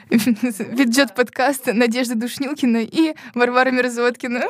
ведет подкаст Надежда Душнилкина и Варвара Мерзоткина.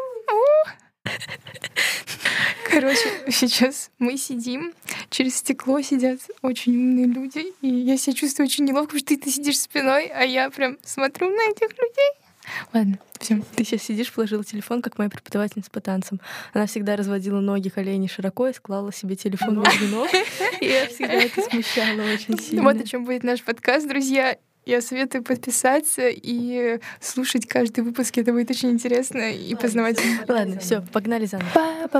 Короче, сейчас мы сидим, через стекло сидят очень умные люди, и я себя чувствую очень неловко, потому что ты сидишь спиной, а я прям смотрю на этих людей. Ладно, все. Ты сейчас сидишь, положила телефон, как моя преподавательница по танцам. Она всегда разводила ноги, колени широко и склала себе телефон между ног. И я всегда это смущала очень сильно. Вот о чем будет наш подкаст, друзья. Я советую подписаться и слушать каждый выпуск. Это будет очень интересно и познавательно. Ладно, все, погнали заново.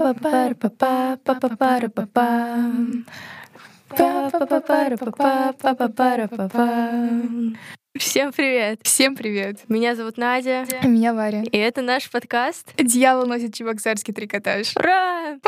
Всем привет! Всем привет! Меня зовут Надя. А меня Варя. И это наш подкаст «Дьявол носит чебоксарский трикотаж». Ура!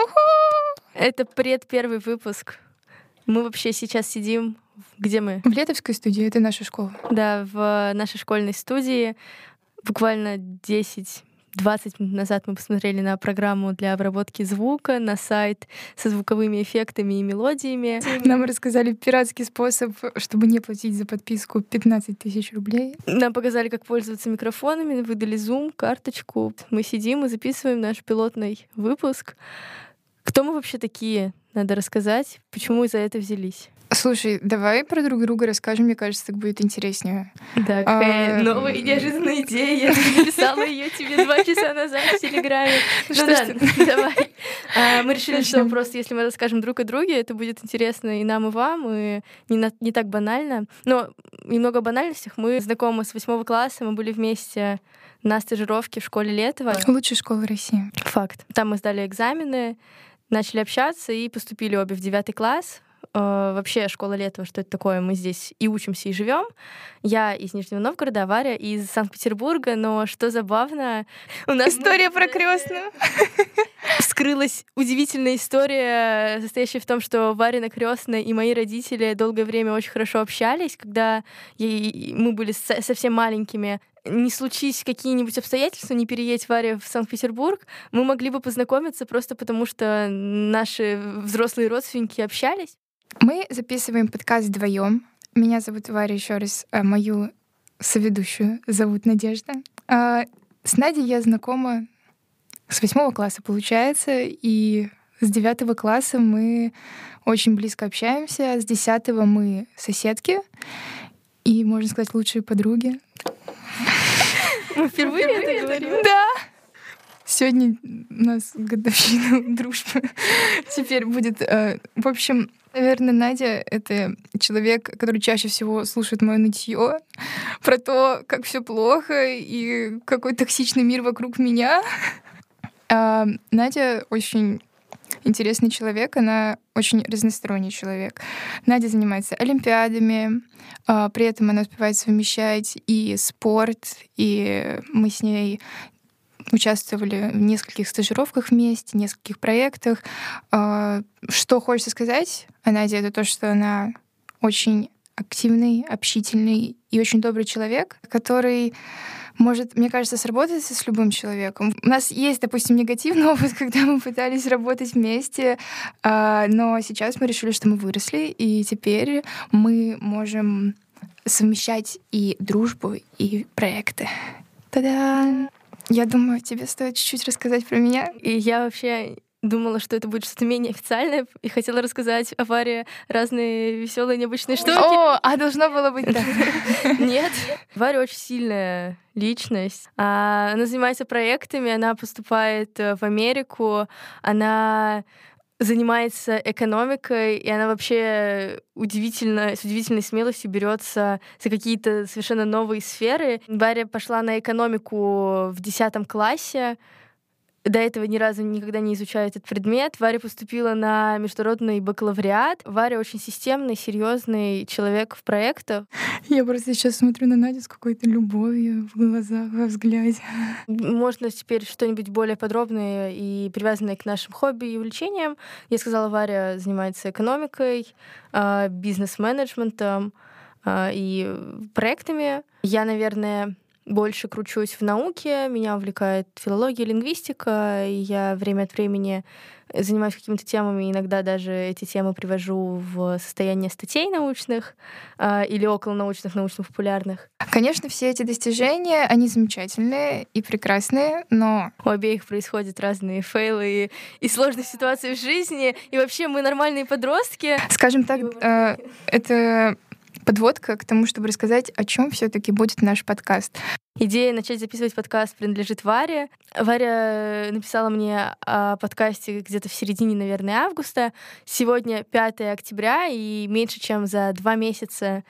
Это предпервый выпуск. Мы вообще сейчас сидим... Где мы? В Летовской студии, это наша школа. Да, в нашей школьной студии. Буквально 10-20 минут назад мы посмотрели на программу для обработки звука, на сайт со звуковыми эффектами и мелодиями. Нам рассказали пиратский способ, чтобы не платить за подписку 15 тысяч рублей. Нам показали, как пользоваться микрофонами, выдали Zoom, карточку. Мы сидим и записываем наш пилотный выпуск. Кто мы вообще такие? Надо рассказать, почему за это взялись. Слушай, давай про друг друга расскажем, мне кажется, так будет интереснее. Да, какая новая и неожиданная идея. Я написала ее тебе 2 часа назад в Телеграме. Ну да, давай. Мы решили, что просто если мы расскажем друг о друге, это будет интересно и нам, и вам, и не так банально. Но немного о банальностях. Мы знакомы с 8 класса, мы были вместе на стажировке в школе Летова. Лучшая школа России. Факт. Там мы сдали экзамены, начали общаться и поступили обе в 9 класс. Вообще школа Летова, что это такое? Мы здесь и учимся, и живем. Я из Нижнего Новгорода, а Варя из Санкт-Петербурга, но что забавно, у нас история про крестную. Вскрылась удивительная история, состоящая в том, что Варина крестная и мои родители долгое время очень хорошо общались, когда мы были совсем маленькими. Не случись какие-нибудь обстоятельства, не переедь Варя в Санкт-Петербург, мы могли бы познакомиться просто потому, что наши взрослые родственники общались. Мы записываем подкаст вдвоем. Меня зовут Варя, еще раз, мою соведущую зовут Надежда. С Надей я знакома с 8 класса, получается, и с 9 класса мы очень близко общаемся, с 10 мы соседки и, можно сказать, лучшие подруги. Мы впервые это говорим? Да! Сегодня у нас годовщина дружбы. Теперь будет... В общем, наверное, Надя — это человек, который чаще всего слушает моё нытьё про то, как все плохо и какой токсичный мир вокруг меня. Надя очень интересный человек, она очень разносторонний человек. Надя занимается олимпиадами, при этом она успевает совмещать и спорт, и мы с ней участвовали в нескольких стажировках вместе, в нескольких проектах. Что хочется сказать о Наде, это то, что она очень активный, общительный и очень добрый человек, который может, мне кажется, сработаться с любым человеком. У нас есть, допустим, негативный опыт, когда мы пытались работать вместе, но сейчас мы решили, что мы выросли, и теперь мы можем совмещать и дружбу, и проекты. Та-да! Я думаю, тебе стоит чуть-чуть рассказать про меня. И я вообще думала, что это будет что-то менее официальное, и хотела рассказать о Варе разные веселые, необычные штуки. А должно было быть так. Нет. Варя очень сильная личность. Она занимается проектами, она поступает в Америку, она занимается экономикой, и она вообще с удивительной смелостью берется за какие-то совершенно новые сферы. Варя пошла на экономику в 10 классе, до этого ни разу никогда не изучала этот предмет. Варя поступила на международный бакалавриат. Варя очень системный, серьезный человек в проектах. Я просто сейчас смотрю на Надю с какой-то любовью в глазах, во взгляде. Можно теперь что-нибудь более подробное и привязанное к нашим хобби и увлечениям. Я сказала, Варя занимается экономикой, бизнес-менеджментом и проектами. Я, наверное, больше кручусь в науке, меня увлекает филология, лингвистика, и я время от времени занимаюсь какими-то темами, иногда даже эти темы привожу в состояние статей научных или околонаучных, научно-популярных. Конечно, все эти достижения, они замечательные и прекрасные, но у обеих происходят разные фейлы и сложные ситуации в жизни, и вообще мы нормальные подростки. Скажем так, это подводка к тому, чтобы рассказать, о чем все-таки будет наш подкаст. Идея начать записывать подкаст принадлежит Варе. Варя написала мне о подкасте где-то в середине, наверное, августа. Сегодня 5 октября, и меньше чем за 2 месяца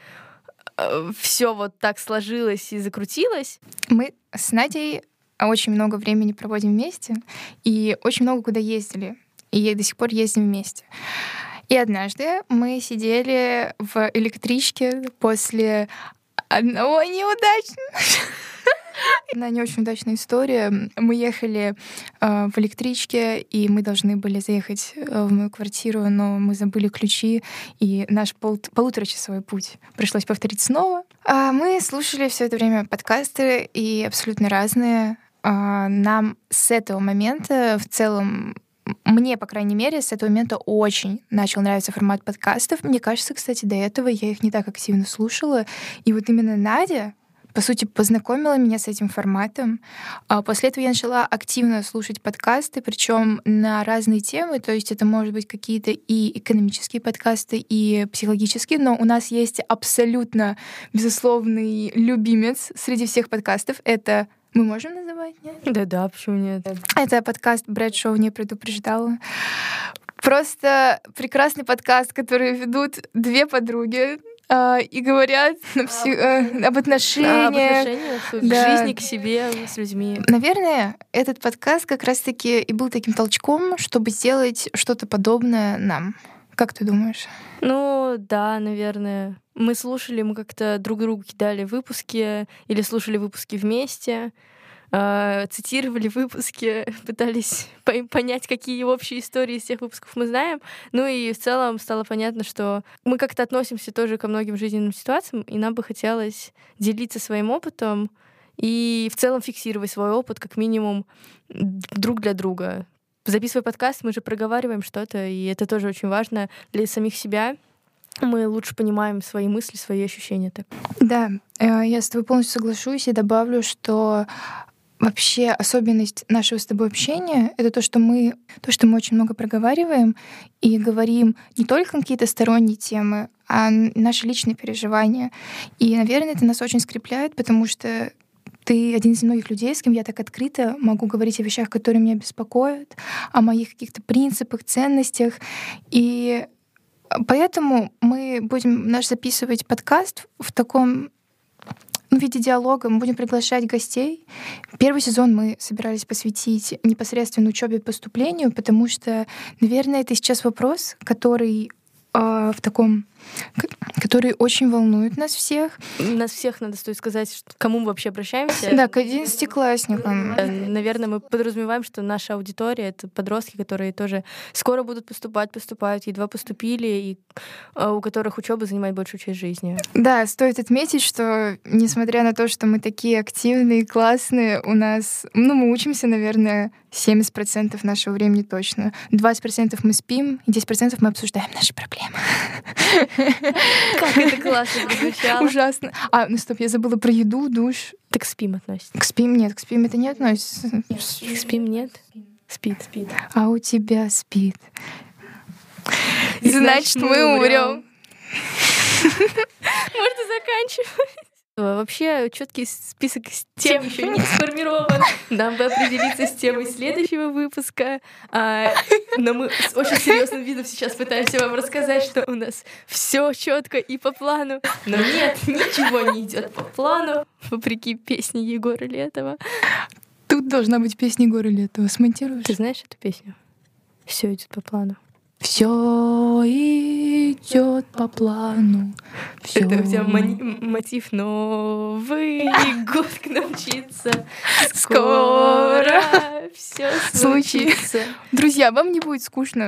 все вот так сложилось и закрутилось. Мы с Надей очень много времени проводим вместе и очень много куда ездили. И до сих пор ездим вместе. И однажды мы сидели в электричке после одного неудачного... Одна не очень удачная история. Мы ехали в электричке, и мы должны были заехать в мою квартиру, но мы забыли ключи, и наш полуторачасовой путь пришлось повторить снова. Мы слушали все это время подкасты, и абсолютно разные. Нам с этого момента в целом, мне, по крайней мере, с этого момента очень начал нравиться формат подкастов. Мне кажется, кстати, до этого я их не так активно слушала. И вот именно Надя, по сути, познакомила меня с этим форматом. После этого я начала активно слушать подкасты, причем на разные темы. То есть это может быть какие-то и экономические подкасты, и психологические, но у нас есть абсолютно безусловный любимец среди всех подкастов. Это мы можем называть, нет? Да-да, почему нет? Это подкаст «Брэд Шоу не предупреждала». Просто прекрасный подкаст, который ведут две подруги и говорят об отношениях. В жизни к себе, с людьми. Наверное, этот подкаст как раз-таки и был таким толчком, чтобы сделать что-то подобное нам. Как ты думаешь? Ну, да, наверное. Мы как-то друг другу кидали выпуски или слушали выпуски вместе, цитировали выпуски, пытались понять, какие общие истории из тех выпусков мы знаем. Ну и в целом стало понятно, что мы как-то относимся тоже ко многим жизненным ситуациям, и нам бы хотелось делиться своим опытом и в целом фиксировать свой опыт как минимум друг для друга. Записывая подкаст, мы же проговариваем что-то, и это тоже очень важно для самих себя. Мы лучше понимаем свои мысли, свои ощущения. Так. Да, я с тобой полностью соглашусь и добавлю, что вообще особенность нашего с тобой общения — это то, что мы очень много проговариваем и говорим не только какие-то сторонние темы, а наши личные переживания. И, наверное, это нас очень скрепляет, потому что ты один из многих людей, с кем я так открыто могу говорить о вещах, которые меня беспокоят, о моих каких-то принципах, ценностях. И поэтому мы будем записывать подкаст в таком в виде диалога. Мы будем приглашать гостей. Первый сезон мы собирались посвятить непосредственно учебе и поступлению, потому что, наверное, это сейчас вопрос, который который очень волнует нас всех. Нас всех, стоит сказать, к кому мы вообще обращаемся. Да, к 11-классникам. Наверное, мы подразумеваем, что наша аудитория — это подростки, которые тоже скоро будут поступают, едва поступили, и у которых учеба занимает большую часть жизни. Да, стоит отметить, что несмотря на то, что мы такие активные, классные, у нас, мы учимся, наверное, 70% нашего времени точно. 20% мы спим, и 10% мы обсуждаем наши проблемы. Как это классно прозвучало. Ужасно. Стоп, я забыла про еду, душ. Так к спим относится. К спим нет, к спим это не относится. К спим нет? Спит. А у тебя спит. Значит, мы умрем. Можно заканчивать. Вообще четкий список тем еще не сформирован. Нам бы определиться с темой следующего выпуска. Но мы с очень серьезным видом сейчас пытаемся вам рассказать, что у нас все четко и по плану. Но нет, ничего не идет по плану, вопреки песне Егора Летова. Тут должна быть песня Егора Летова. Смонтируешь? Ты знаешь эту песню? Все идет по плану. Все идет по плану. Всё. Это у тебя мотив Новый год к нам мчится. Скоро все случится. Друзья, вам не будет скучно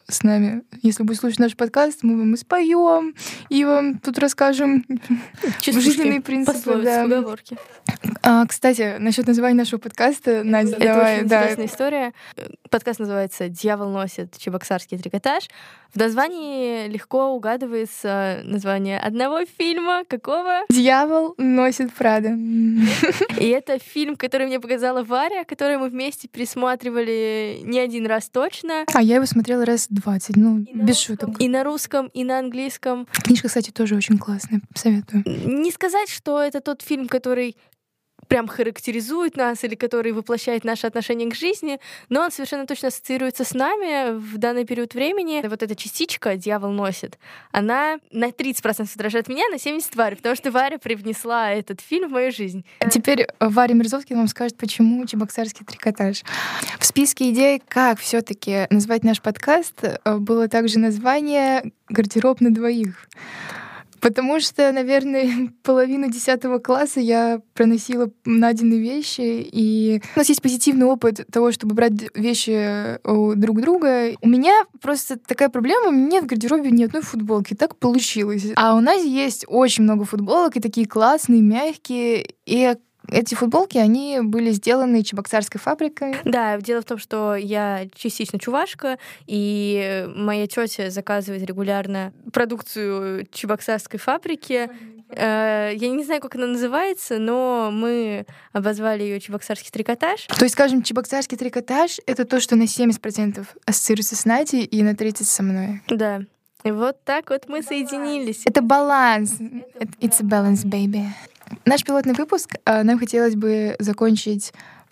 с нами. Если будете слушать наш подкаст, мы вам и споем, и вам тут расскажем жизненные принципы. Пословицы, поговорки. Кстати, насчет названия нашего подкаста, Надя, это давай. Очень интересная история. Подкаст называется «Дьявол носит чебоксарский трикотаж». В названии легко угадывается название одного фильма. Какого? «Дьявол носит Прада». И это фильм, который мне показала Варя, который мы вместе пересматривали не один раз точно. А я его смотрела раз 20, без шуток. И на русском, и на английском. Книжка, кстати, тоже очень классная, советую. Не сказать, что это тот фильм, который прям характеризует нас или который воплощает наше отношение к жизни, но он совершенно точно ассоциируется с нами в данный период времени. Вот эта частичка «Дьявол носит», она на 30% отражает меня, на 70% Варю, потому что Варя привнесла этот фильм в мою жизнь. Теперь Варя Мерзовскина вам скажет, почему чебоксарский трикотаж. В списке идей, как все таки назвать наш подкаст, было также название «Гардероб на двоих». Потому что, наверное, половину 10 класса я проносила Надины вещи, и у нас есть позитивный опыт того, чтобы брать вещи у друг друга. У меня просто такая проблема, у меня нет в гардеробе ни одной футболки, так получилось. А у Нади есть очень много футболок, и такие классные, мягкие, и эти футболки, они были сделаны чебоксарской фабрикой. Да, дело в том, что я частично чувашка, и моя тетя заказывает регулярно продукцию чебоксарской фабрики. Я не знаю, как она называется, но мы обозвали ее чебоксарский трикотаж. То есть, скажем, чебоксарский трикотаж — это то, что на 70% ассоциируется с Надей и на 30% со мной. Да. И вот так вот мы соединились. Это баланс. It's a balance, baby. Наш пилотный выпуск нам хотелось бы закончить,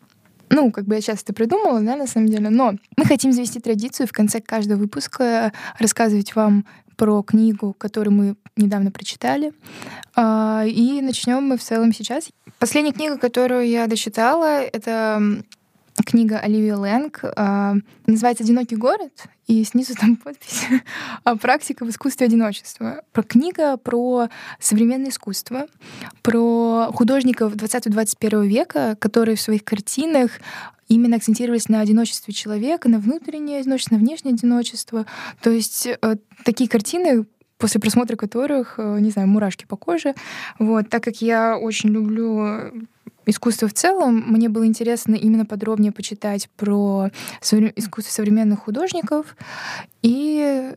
я сейчас это придумала, да, на самом деле, но мы хотим завести традицию в конце каждого выпуска рассказывать вам про книгу, которую мы недавно прочитали. И начнем мы в целом сейчас. Последняя книга, которую я дочитала, это книга Оливии Лэнг. Называется «Одинокий город», и снизу там подпись «Практика в искусстве одиночества». Книга про современное искусство, про художников 20-21 века, которые в своих картинах именно акцентировались на одиночестве человека, на внутреннее одиночество, на внешнее одиночество. То есть такие картины, после просмотра которых, не знаю, мурашки по коже. Вот, так как я очень люблю искусство в целом, мне было интересно именно подробнее почитать про искусство современных художников. И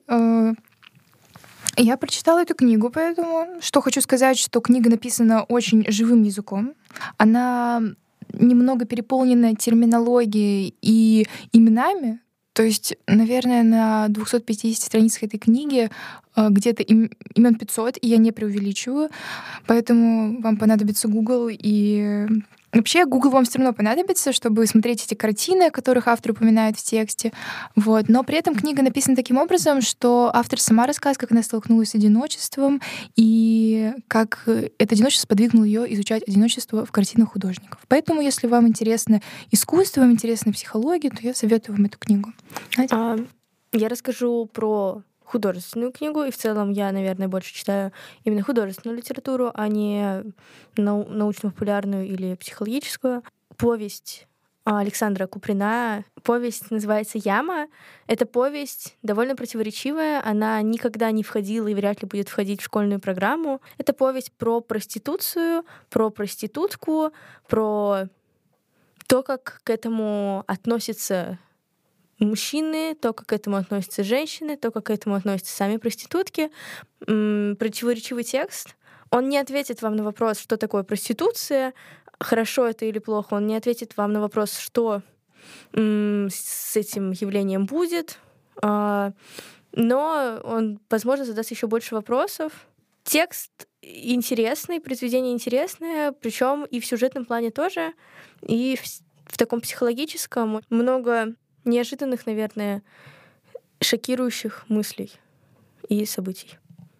я прочитала эту книгу, поэтому что хочу сказать, что книга написана очень живым языком. Она немного переполнена терминологией и именами. То есть, наверное, на 250 страницах этой книги где-то имен 500, и я не преувеличиваю. Поэтому вам понадобится Google. И вообще Google вам все равно понадобится, чтобы смотреть эти картины, о которых автор упоминает в тексте. Вот. Но при этом книга написана таким образом, что автор сама рассказывает, как она столкнулась с одиночеством и как это одиночество подвигнуло ее изучать одиночество в картинах художников. Поэтому, если вам интересно искусство, вам интересна психология, то я советую вам эту книгу. Я расскажу про художественную книгу, и в целом я, наверное, больше читаю именно художественную литературу, а не научно-популярную или психологическую. Повесть Александра Куприна. Повесть называется «Яма». Это повесть довольно противоречивая, она никогда не входила и вряд ли будет входить в школьную программу. Это повесть про проституцию, про проститутку, про то, как к этому относятся мужчины, то, как к этому относятся женщины, то, как к этому относятся сами проститутки. Противоречивый текст. Он не ответит вам на вопрос, что такое проституция, хорошо это или плохо. Он не ответит вам на вопрос, что с этим явлением будет. Но он, возможно, задаст еще больше вопросов. Текст интересный, произведение интересное, причем и в сюжетном плане тоже, и в таком психологическом. Много неожиданных, наверное, шокирующих мыслей и событий.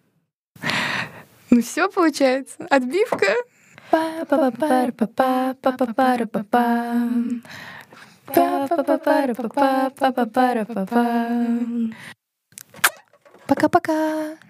Ну все получается. Отбивка. Пока-пока.